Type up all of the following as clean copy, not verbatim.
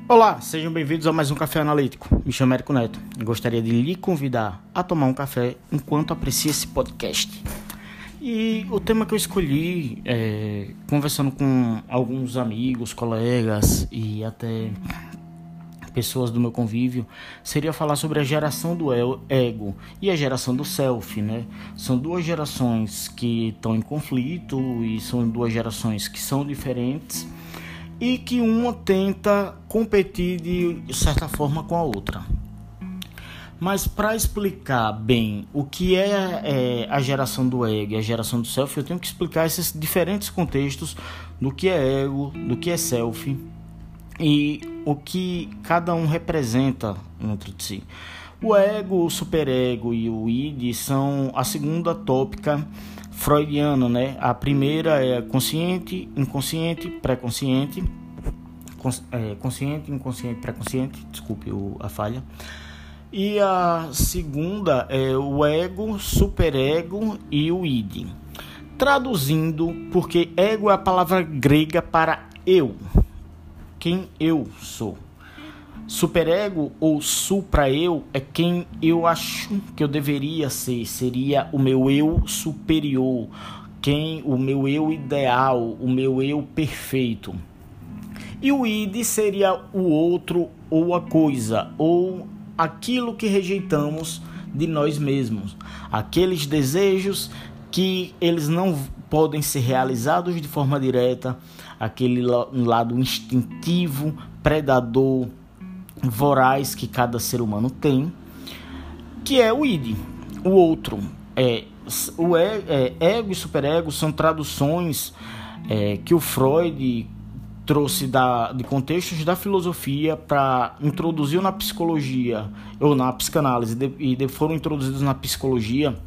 Olá, sejam bem-vindos a mais um Café Analítico. Me chamo Érico Neto e gostaria de lhe convidar a tomar um café enquanto aprecia esse podcast. E o tema que eu escolhi, conversando com alguns amigos, colegas e até pessoas do meu convívio, seria falar sobre a geração do ego e a geração do self, né? São duas gerações que estão em conflito e são duas gerações que são diferentes e que uma tenta competir de certa forma com a outra. Mas para explicar bem o que é a geração do ego e a geração do self, eu tenho que explicar esses diferentes contextos do que é ego, do que é self e o que cada um representa dentro de si. O ego, o superego e o id são a segunda tópica freudiana, né? A primeira é consciente, inconsciente, pré-consciente, consciente, inconsciente, pré-consciente, desculpe a falha. E a segunda é o ego, superego e o id. Traduzindo, porque ego é a palavra grega para eu, quem eu sou. Superego ou supra-eu é quem eu acho que eu deveria ser, seria o meu eu superior, o meu eu ideal, o meu eu perfeito. E o id seria o outro ou a coisa, ou aquilo que rejeitamos de nós mesmos, aqueles desejos que eles não podem ser realizados de forma direta, aquele lado instintivo, predador, voraz que cada ser humano tem, que é o id. O outro ego e superego são traduções que o Freud trouxe de contextos da filosofia para introduzir na psicologia ou na psicanálise e foram introduzidos na psicologia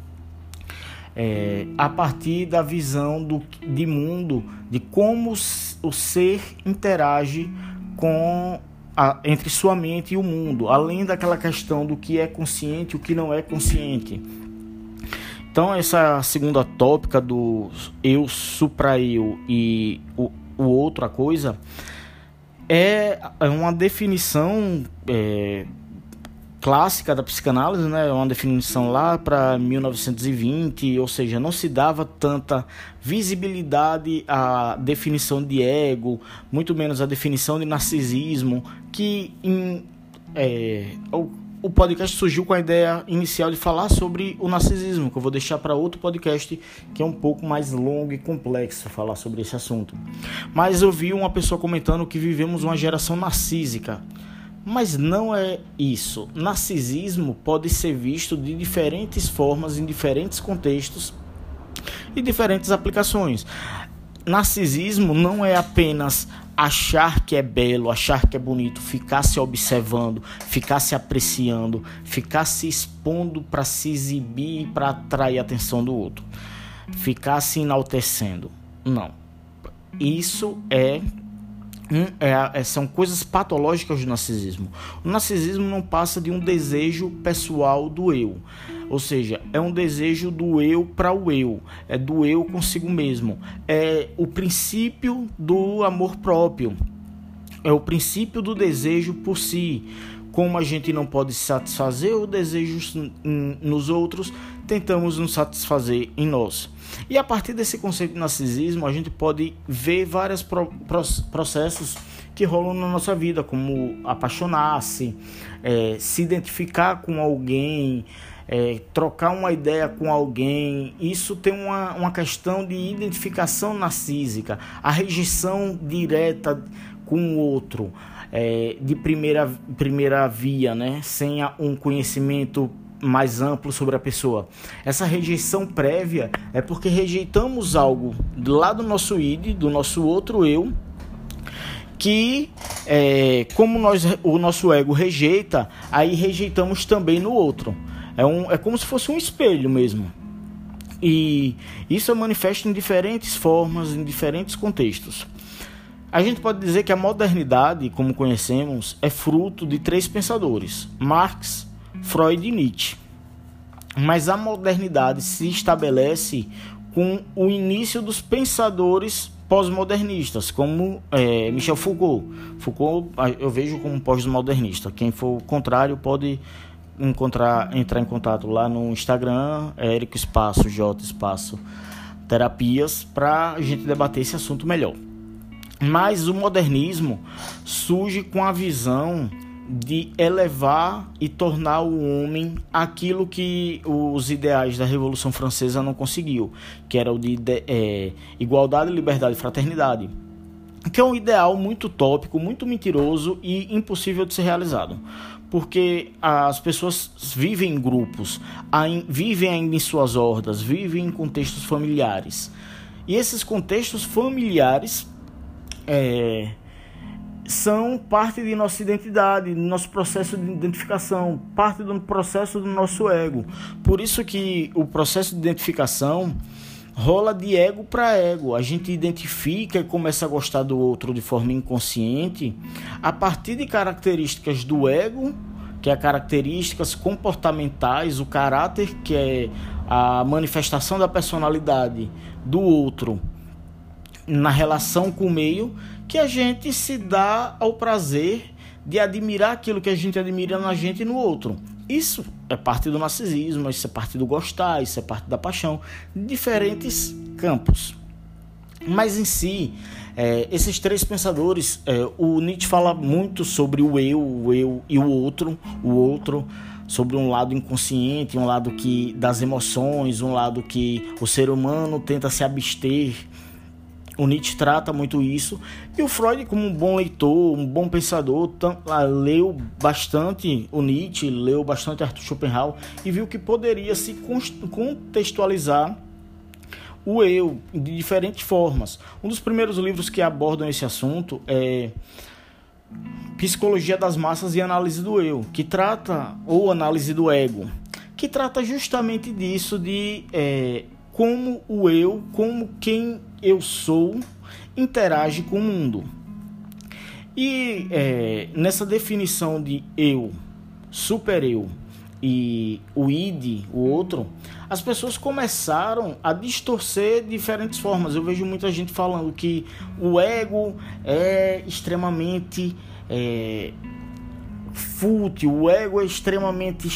a partir da visão de mundo, de como o ser interage entre sua mente e o mundo, além daquela questão do que é consciente e o que não é consciente. Então essa segunda tópica do eu, supra-eu e o outro, a coisa, é uma definição clássica da psicanálise, né? Uma definição lá para 1920, ou seja, não se dava tanta visibilidade à definição de ego, muito menos à definição de narcisismo, que o podcast surgiu com a ideia inicial de falar sobre o narcisismo, que eu vou deixar para outro podcast, que é um pouco mais longo e complexo falar sobre esse assunto. Mas eu vi uma pessoa comentando que vivemos uma geração narcísica. Mas não é isso. Narcisismo pode ser visto de diferentes formas, em diferentes contextos e diferentes aplicações. Narcisismo não é apenas achar que é belo, achar que é bonito, ficar se observando, ficar se apreciando, ficar se expondo para se exibir e para atrair a atenção do outro, ficar se enaltecendo. Não. Isso são coisas patológicas do narcisismo. O narcisismo não passa de um desejo pessoal do eu, ou seja, é um desejo do eu para o eu, é do eu consigo mesmo, é o princípio do amor próprio, é o princípio do desejo por si. Como a gente não pode satisfazer os desejos nos outros, tentamos nos satisfazer em nós. E a partir desse conceito de narcisismo, a gente pode ver vários processos que rolam na nossa vida, como apaixonar-se, se identificar com alguém, trocar uma ideia com alguém. Isso tem uma questão de identificação narcísica, a rejeição direta com o outro, de primeira via, né? Sem um conhecimento mais amplo sobre a pessoa. Essa rejeição prévia é porque rejeitamos algo lá do nosso id, do nosso outro eu, que como o nosso ego rejeita, aí rejeitamos também no outro. É como se fosse um espelho mesmo. E isso é manifesto em diferentes formas, em diferentes contextos. A gente pode dizer que a modernidade, como conhecemos, é fruto de três pensadores: Marx, Freud e Nietzsche. Mas a modernidade se estabelece com o início dos pensadores pós-modernistas, como Michel Foucault. Foucault eu vejo como pós-modernista. Quem for contrário pode entrar em contato lá no Instagram, Érico Espaço, J Espaço Terapias, para a gente debater esse assunto melhor. Mas o modernismo surge com a visão de elevar e tornar o homem aquilo que os ideais da Revolução Francesa não conseguiu, que era o de igualdade, liberdade e fraternidade, que é um ideal muito utópico, muito mentiroso e impossível de ser realizado, porque as pessoas vivem em grupos, vivem ainda em suas hordas, vivem em contextos familiares, e esses contextos familiares são parte de nossa identidade, do nosso processo de identificação, parte do processo do nosso ego. Por isso que o processo de identificação rola de ego para ego. A gente identifica e começa a gostar do outro de forma inconsciente a partir de características do ego, que é características comportamentais, o caráter, que é a manifestação da personalidade do outro na relação com o meio, que a gente se dá ao prazer de admirar aquilo que a gente admira na gente e no outro. Isso é parte do narcisismo, isso é parte do gostar, isso é parte da paixão, de diferentes campos. Mas em si, esses três pensadores, o Nietzsche fala muito sobre o eu e o outro, sobre um lado inconsciente, um lado das emoções, um lado que o ser humano tenta se abster. O Nietzsche trata muito isso, e o Freud, como um bom leitor, um bom pensador, leu bastante o Nietzsche, leu bastante Arthur Schopenhauer e viu que poderia se contextualizar o eu de diferentes formas. Um dos primeiros livros que abordam esse assunto é Psicologia das Massas e Análise do Eu, que trata, ou Análise do Ego, que trata justamente disso, de como o eu, como quem eu sou, interage com o mundo. E nessa definição de eu, super-eu e o id, o outro, as pessoas começaram a distorcer de diferentes formas. Eu vejo muita gente falando que o ego é extremamente fútil, o ego é extremamente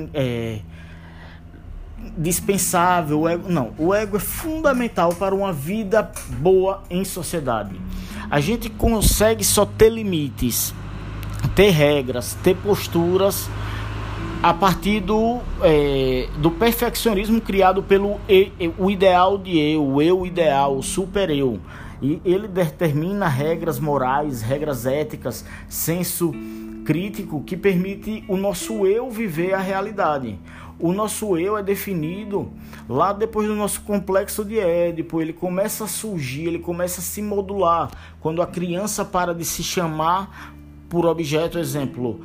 dispensável. O ego é fundamental para uma vida boa em sociedade. A gente consegue só ter limites, ter regras, ter posturas a partir do perfeccionismo criado pelo o ideal de eu, o eu ideal, o super eu. E ele determina regras morais, regras éticas, senso crítico que permite o nosso eu viver a realidade. O nosso eu é definido lá depois do nosso complexo de Édipo. Ele começa a surgir, ele começa a se modular quando a criança para de se chamar por objeto. Exemplo,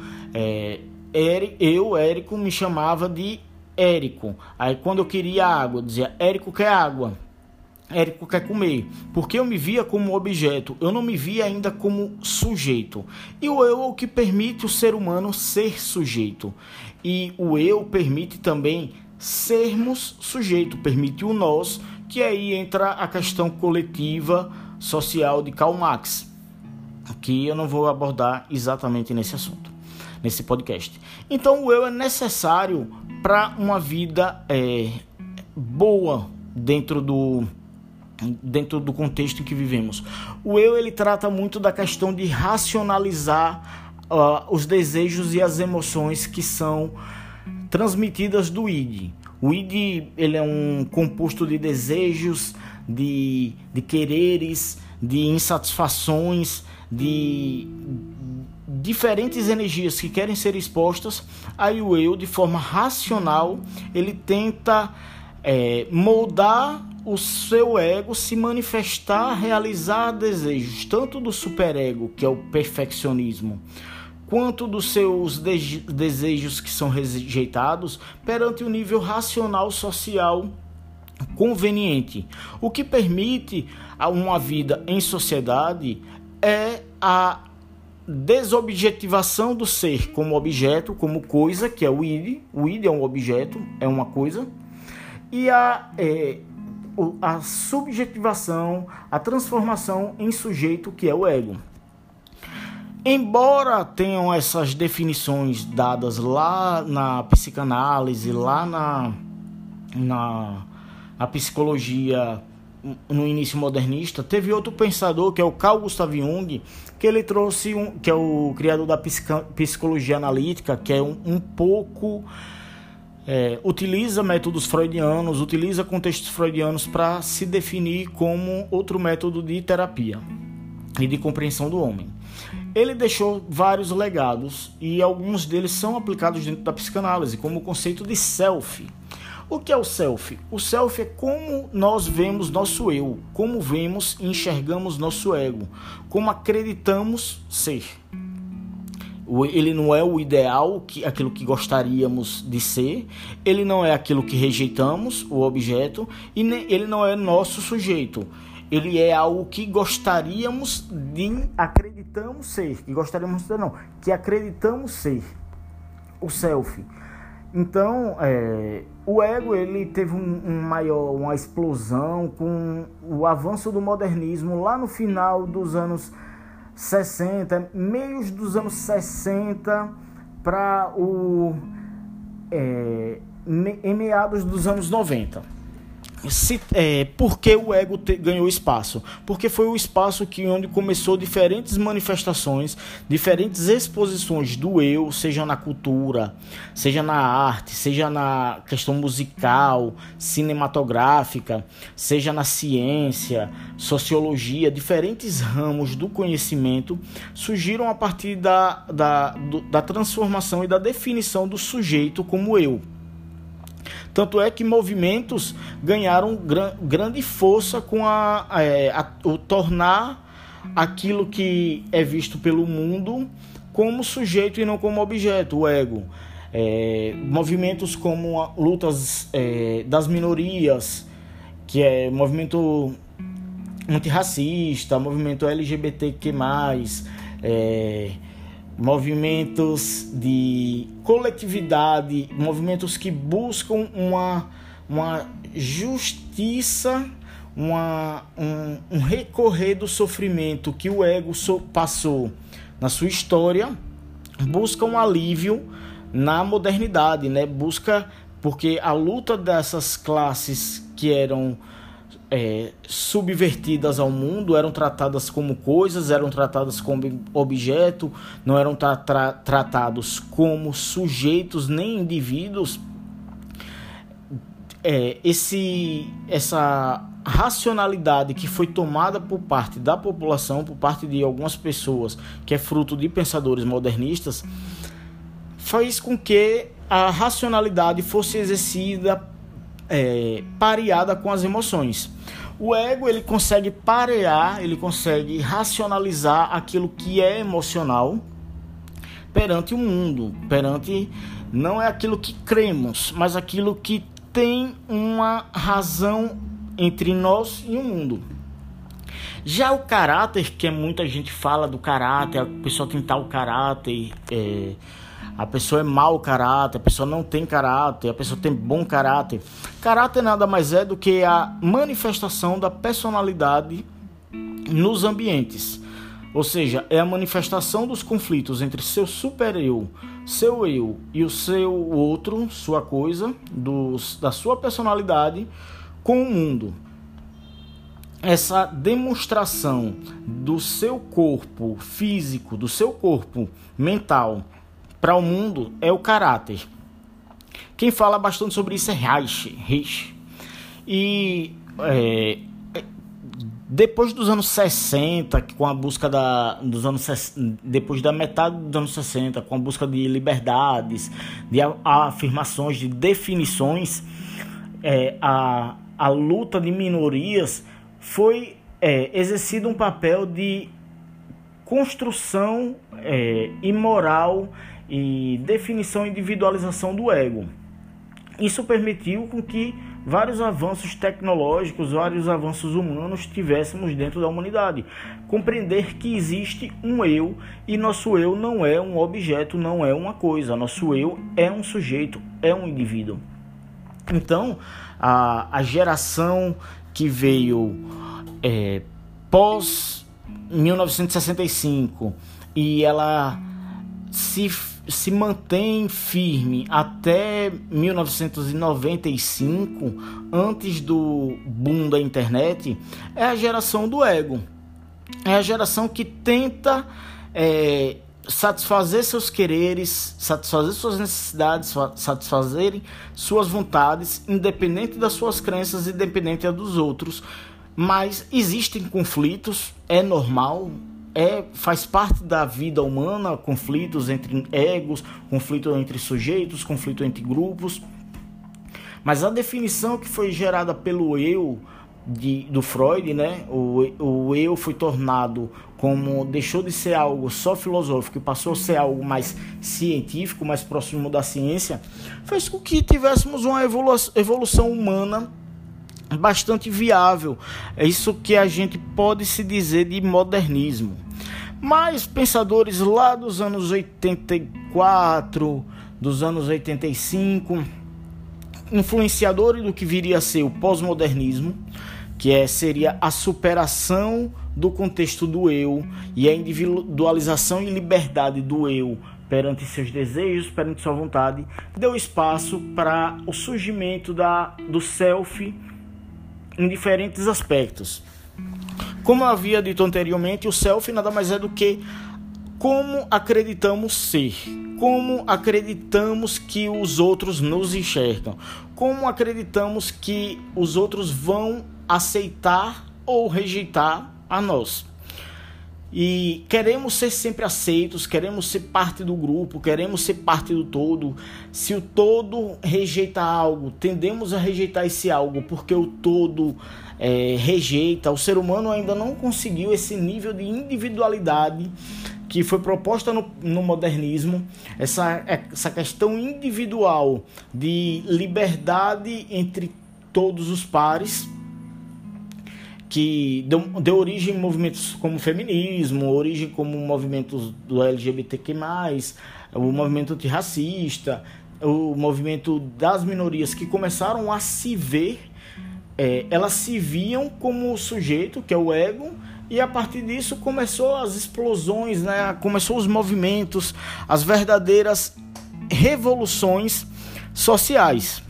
Érico, me chamava de Érico. Aí quando eu queria água, eu dizia: Érico quer água, Érico quer comer, porque eu me via como objeto, eu não me via ainda como sujeito. E o eu é o que permite o ser humano ser sujeito. E o eu permite também sermos sujeito, permite o nós, que aí entra a questão coletiva social de Karl Marx, que eu não vou abordar exatamente nesse assunto, nesse podcast. Então o eu é necessário para uma vida boa dentro do contexto em que vivemos. O eu, ele trata muito da questão de racionalizar os desejos e as emoções que são transmitidas do id. O id, ele é um composto de desejos, de quereres, de insatisfações, de diferentes energias que querem ser expostas. Aí o eu, de forma racional, ele tenta moldar o seu ego, se manifestar, realizar desejos, tanto do superego, que é o perfeccionismo, quanto dos seus desejos que são rejeitados perante o nível racional social conveniente. O que permite uma vida em sociedade é a desobjetivação do ser como objeto, como coisa, que é o id. O id é um objeto, é uma coisa, e a subjetivação, a transformação em sujeito que é o ego. Embora tenham essas definições dadas lá na psicanálise, lá na psicologia no início modernista, teve outro pensador, que é o Carl Gustav Jung, que ele trouxe, que é o criador da psicologia analítica, que é um pouco... utiliza métodos freudianos, utiliza contextos freudianos para se definir como outro método de terapia e de compreensão do homem. Ele deixou vários legados e alguns deles são aplicados dentro da psicanálise, como o conceito de self. O que é o self? O self é como nós vemos nosso eu, como vemos e enxergamos nosso ego, como acreditamos ser. Ele não é o ideal, aquilo que gostaríamos de ser, ele não é aquilo que rejeitamos, o objeto, e ele não é nosso sujeito. Ele é algo que gostaríamos de acreditamos ser, que acreditamos ser, o self. Então, o ego ele teve uma explosão com o avanço do modernismo lá no final dos anos 60, meios dos anos 60 para em meados dos anos 90. Por que o ego ganhou espaço? Porque foi o espaço onde começou diferentes manifestações, diferentes exposições do eu, seja na cultura, seja na arte, seja na questão musical, cinematográfica, seja na ciência, sociologia, diferentes ramos do conhecimento surgiram a partir da transformação e da definição do sujeito como eu. Tanto é que movimentos ganharam grande força com o tornar aquilo que é visto pelo mundo como sujeito e não como objeto, o ego. Movimentos como lutas das minorias, que é movimento antirracista, movimento LGBTQ+, movimentos de coletividade, movimentos que buscam uma justiça, um recorrer do sofrimento que o ego passou na sua história, busca um alívio na modernidade, né? Porque a luta dessas classes que eram subvertidas ao mundo, eram tratadas como coisas, eram tratadas como objeto, não eram tratados como sujeitos nem indivíduos. Essa racionalidade que foi tomada por parte da população, por parte de algumas pessoas, que é fruto de pensadores modernistas, fez com que a racionalidade fosse exercida pareada com as emoções. O ego ele consegue parear, ele consegue racionalizar aquilo que é emocional perante o mundo, não é aquilo que cremos, mas aquilo que tem uma razão entre nós e o mundo. Já o caráter, que muita gente fala do caráter, a pessoa tem tal caráter, a pessoa é mau caráter, a pessoa não tem caráter, a pessoa tem bom caráter. Caráter nada mais é do que a manifestação da personalidade nos ambientes. Ou seja, é a manifestação dos conflitos entre seu super-eu, seu eu e o seu outro, sua coisa, da sua personalidade com o mundo. Essa demonstração do seu corpo físico, do seu corpo mental para o mundo é o caráter. Quem fala bastante sobre isso é Reich. E depois dos anos 60, com a busca depois da metade dos anos 60, com a busca de liberdades, de afirmações, de definições, a luta de minorias foi exercido um papel de construção imoral e definição e individualização do ego. Isso permitiu com que vários avanços tecnológicos, vários avanços humanos tivéssemos dentro da humanidade. Compreender que existe um eu e nosso eu não é um objeto, não é uma coisa. Nosso eu é um sujeito, é um indivíduo. Então, a geração que veio pós 1965 e ela se mantém firme até 1995, antes do boom da internet, é a geração do ego. É a geração que tenta satisfazer seus quereres, satisfazer suas necessidades, satisfazerem suas vontades, independente das suas crenças, independente dos outros. Mas existem conflitos, é normal, faz parte da vida humana, conflitos entre egos, conflito entre sujeitos, conflito entre grupos. Mas a definição que foi gerada pelo eu do Freud, né? O eu foi tornado deixou de ser algo só filosófico e passou a ser algo mais científico, mais próximo da ciência, fez com que tivéssemos uma evolução humana bastante viável. É isso que a gente pode se dizer de modernismo. Mas pensadores lá dos anos 84, dos anos 85, influenciadores do que viria a ser o pós-modernismo, que seria a superação do contexto do eu e a individualização e liberdade do eu perante seus desejos, perante sua vontade, deu espaço para o surgimento do self em diferentes aspectos. Como eu havia dito anteriormente, o self nada mais é do que como acreditamos ser, como acreditamos que os outros nos enxergam, como acreditamos que os outros vão aceitar ou rejeitar a nós. E queremos ser sempre aceitos, queremos ser parte do grupo, queremos ser parte do todo. Se o todo rejeita algo, tendemos a rejeitar esse algo porque o todo rejeita. O ser humano ainda não conseguiu esse nível de individualidade que foi proposta no modernismo, essa questão individual de liberdade entre todos os pares, que deu origem a movimentos como o feminismo, origem como movimentos do LGBTQ+, o movimento antirracista, o movimento das minorias que começaram a se ver, elas se viam como o sujeito, que é o ego, e a partir disso começou as explosões, né? Começou os movimentos, as verdadeiras revoluções sociais.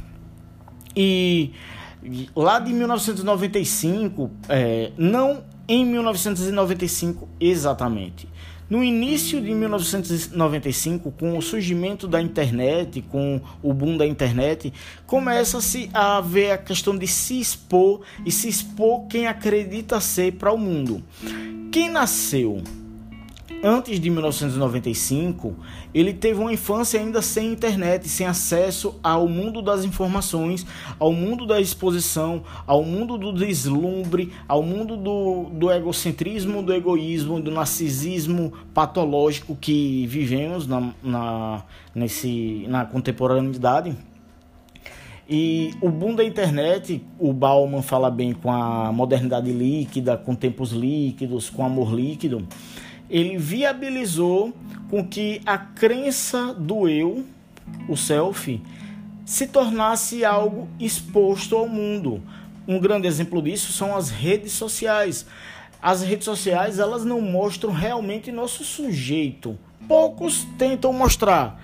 E lá de 1995, não em 1995 exatamente, no início de 1995, com o surgimento da internet, com o boom da internet, começa-se a ver a questão de se expor e se expor quem acredita ser para o mundo. Quem nasceu antes de 1995, ele teve uma infância ainda sem internet, sem acesso ao mundo das informações, ao mundo da exposição, ao mundo do deslumbre, ao mundo do egocentrismo, do egoísmo, do narcisismo patológico que vivemos na contemporaneidade. E o boom da internet, o Bauman fala bem com a modernidade líquida, com tempos líquidos, com amor líquido. Ele viabilizou com que a crença do eu, o self, se tornasse algo exposto ao mundo. Um grande exemplo disso são as redes sociais. As redes sociais, elas não mostram realmente nosso sujeito. Poucos tentam mostrar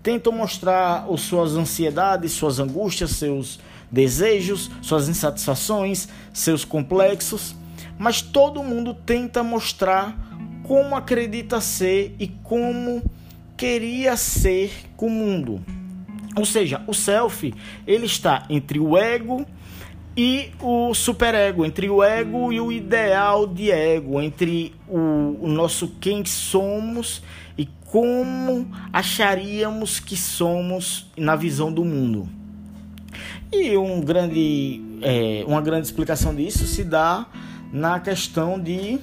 as suas ansiedades, suas angústias, seus desejos, suas insatisfações, seus complexos, mas todo mundo tenta mostrar como acredita ser e como queria ser com o mundo. Ou seja, o self, ele está entre o ego e o superego, entre o ego e o ideal de ego, entre o nosso quem somos e como acharíamos que somos na visão do mundo. E uma grande explicação disso se dá na questão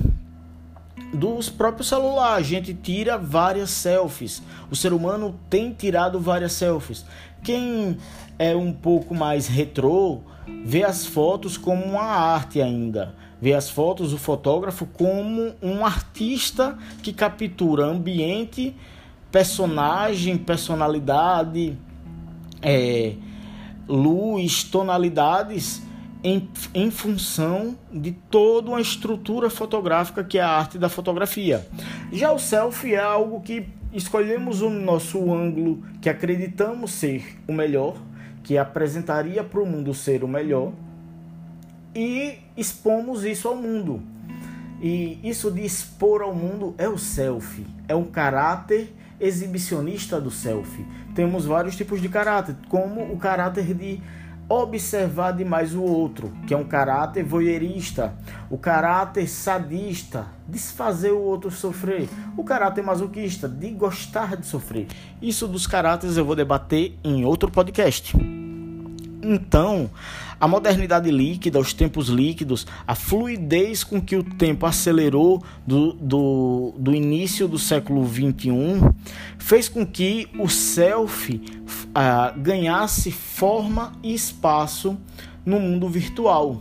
dos próprios celulares. A gente tira várias selfies. O ser humano tem tirado várias selfies. Quem é um pouco mais retrô vê as fotos como uma arte ainda. Vê as fotos do fotógrafo como um artista que captura ambiente, personagem, personalidade, luz, tonalidades em função de toda uma estrutura fotográfica que é a arte da fotografia. Já o selfie é algo que escolhemos o nosso ângulo que acreditamos ser o melhor, que apresentaria para o mundo ser o melhor, e expomos isso ao mundo. E isso de expor ao mundo é o selfie, é um caráter exibicionista do selfie. Temos vários tipos de caráter, como o caráter de observar demais o outro, que é um caráter voyeurista, o caráter sadista, desfazer o outro sofrer, o caráter masoquista, de gostar de sofrer. Isso dos caráteres eu vou debater em outro podcast. Então, a modernidade líquida, os tempos líquidos, a fluidez com que o tempo acelerou do início do século XXI, fez com que o selfie ganhasse forma e espaço no mundo virtual.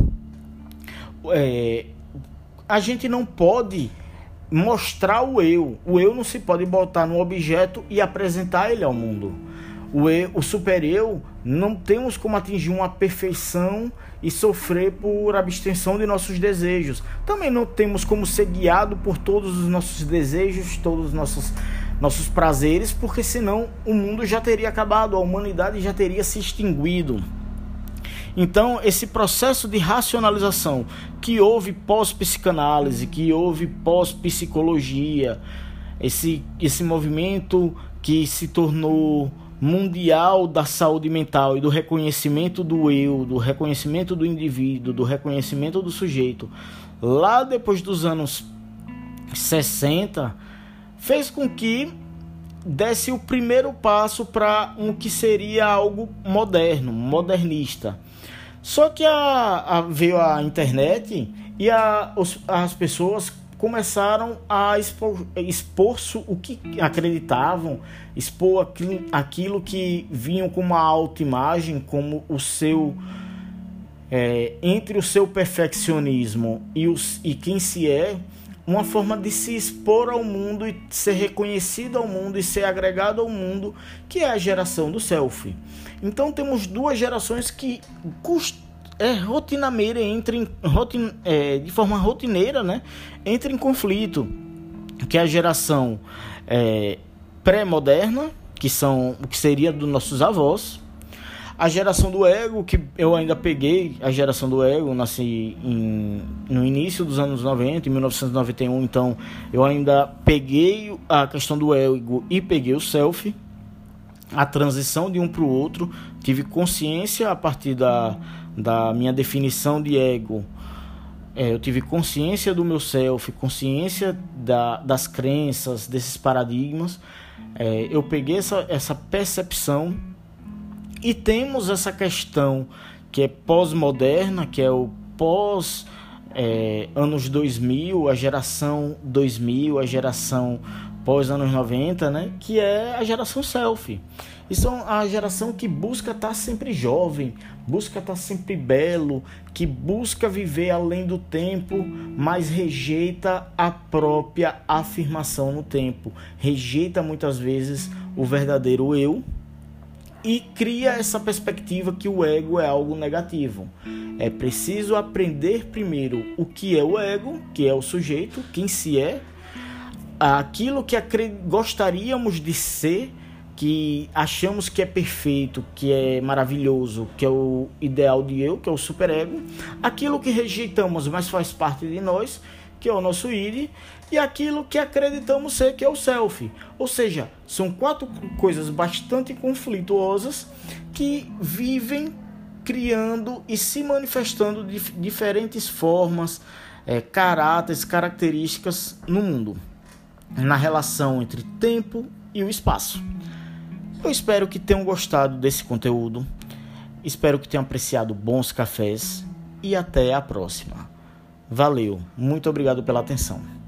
A gente não pode mostrar o eu não se pode botar num objeto e apresentar ele ao mundo. O super-eu não temos como atingir uma perfeição e sofrer por abstenção de nossos desejos. Também não temos como ser guiado por todos os nossos desejos, todos os nossos prazeres, porque senão o mundo já teria acabado, a humanidade já teria se extinguido. Então, esse processo de racionalização que houve pós-psicanálise, que houve pós-psicologia, esse movimento que se tornou mundial da saúde mental e do reconhecimento do eu, do reconhecimento do indivíduo, do reconhecimento do sujeito, lá depois dos anos 60, fez com que desse o primeiro passo para um que seria algo moderno, modernista. Só que veio a internet e as pessoas começaram a expor o que acreditavam, expor aquilo que vinham com uma autoimagem, como o seu entre o seu perfeccionismo e quem se é, uma forma de se expor ao mundo e ser reconhecido ao mundo e ser agregado ao mundo, que é a geração do selfie. Então temos duas gerações que de forma rotineira, né, entra em conflito, que é a geração pré-moderna, que seria dos nossos avós, a geração do ego, que eu ainda peguei a geração do ego, nasci no início dos anos 90, em 1991, então eu ainda peguei a questão do ego e peguei o selfie, a transição de um para o outro, tive consciência a partir da minha definição de ego, eu tive consciência do meu self, consciência das crenças, desses paradigmas, eu peguei essa percepção, e temos essa questão que é pós-moderna, que é o pós anos 2000, a geração 2000, a geração pós anos 90, né? Que é a geração selfie. Isso é a geração que busca estar sempre jovem, busca estar sempre belo, que busca viver além do tempo, mas rejeita a própria afirmação no tempo, rejeita muitas vezes o verdadeiro eu e cria essa perspectiva que o ego é algo negativo. É preciso aprender primeiro o que é o ego, que é o sujeito, quem se é, aquilo que gostaríamos de ser, que achamos que é perfeito, que é maravilhoso, que é o ideal de eu, que é o superego, aquilo que rejeitamos, mas faz parte de nós, que é o nosso id, e aquilo que acreditamos ser, que é o self. Ou seja, são 4 coisas bastante conflituosas que vivem criando e se manifestando de diferentes formas, caráteres, características no mundo, na relação entre tempo e o espaço. Eu espero que tenham gostado desse conteúdo, espero que tenham apreciado bons cafés e até a próxima. Valeu, muito obrigado pela atenção.